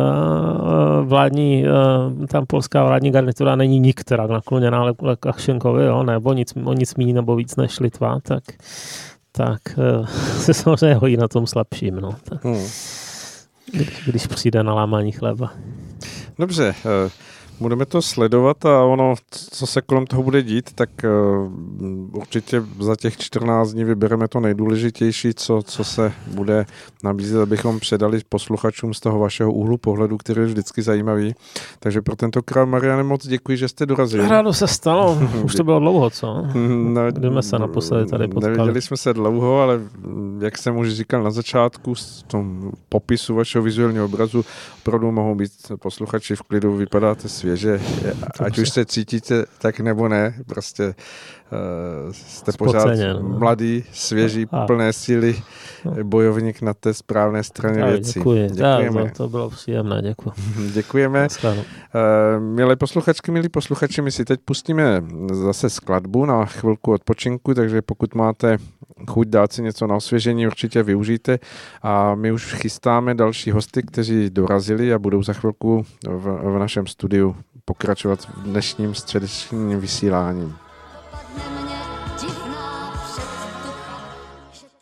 vládní, tam polská vládní garnitura není nikterak nakloněná Lukašenkovi, nebo o nic méně nebo víc než Litva, tak se samozřejmě hojí na tom slabším, no. Když přijde na lámání chleba. Dobře, Budeme to sledovat a ono, co se kolem toho bude dít, tak určitě za těch 14 dní vybereme to nejdůležitější, co se bude nabízet, abychom předali posluchačům z toho vašeho úhlu pohledu, který je vždycky zajímavý. Takže pro tentokrát, Mariane, moc děkuji, že jste dorazili. Rádo se stalo. Už to bylo dlouho, co? Kdy jsme se naposledy tady potkali? Neviděli jsme se dlouho, ale jak jsem už říkal na začátku, v tom popisu vašeho vizuálního obrazu opravdu mohou být posluchači v klidu, vypadáte svěže, ať už se cítíte tak nebo ne, prostě jste pořád mladý, svěží, plné síly, bojovník na té správné straně věcí. Děkujeme. To bylo příjemné, děkuji. Děkujeme. Milé posluchačky, milí posluchači, my si teď pustíme zase skladbu na chvilku odpočinku, takže pokud máte chuť dát si něco na osvěžení, určitě využijte a my už chystáme další hosty, kteří dorazili a budou za chvilku v našem studiu pokračovat v dnešním středečním vysílání.